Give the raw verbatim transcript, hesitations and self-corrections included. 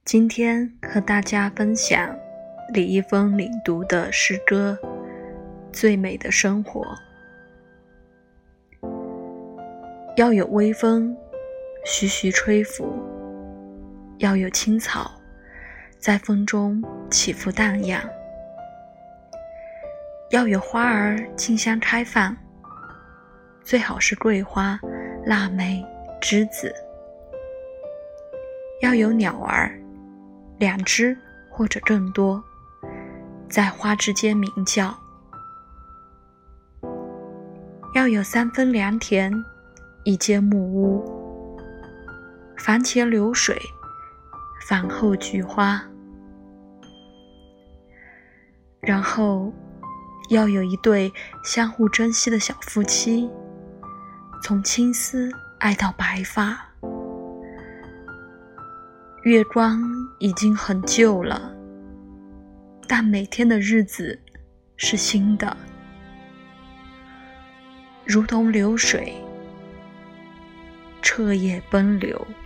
今天和大家分享李易峰领读的诗歌《最美的生活》。要有微风徐徐吹拂，要有青草在风中起伏荡漾，要有花儿竞相开放，最好是桂花、腊梅、栀子，要有鸟儿两只或者更多在花之间鸣叫，要有三分良田一间木屋，房前流水，房后菊花，然后要有一对相互珍惜的小夫妻，从青丝爱到白发。月光已经很旧了，但每天的日子是新的，如同流水，彻夜奔流。